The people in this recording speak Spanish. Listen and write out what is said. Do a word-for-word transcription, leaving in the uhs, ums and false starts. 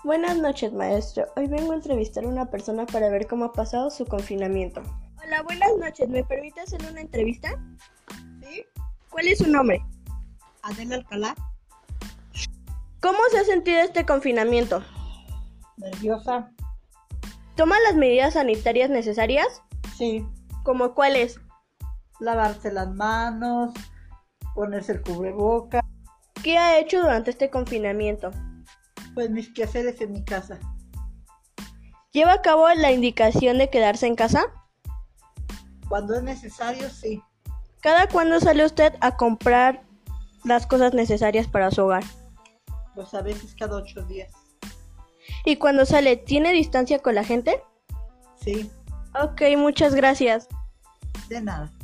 Buenas noches, maestro. Hoy vengo a entrevistar a una persona para ver cómo ha pasado su confinamiento. Hola, buenas noches. ¿Me permite hacer una entrevista? Sí, ¿Cuál es su nombre? Adela Alcalá, ¿Cómo se ha sentido este confinamiento? nerviosa. ¿Toma las medidas sanitarias necesarias? Sí, ¿Cómo cuáles? lavarse las manos, ponerse el cubreboca, ¿Qué ha hecho durante este confinamiento? pues mis quehaceres en mi casa. ¿Lleva a cabo la indicación de quedarse en casa? Cuando es necesario, sí, ¿Cada cuándo sale usted a comprar las cosas necesarias para su hogar? pues a veces cada ocho días. ¿Y cuando sale, tiene distancia con la gente? Sí, Ok, muchas gracias. de nada.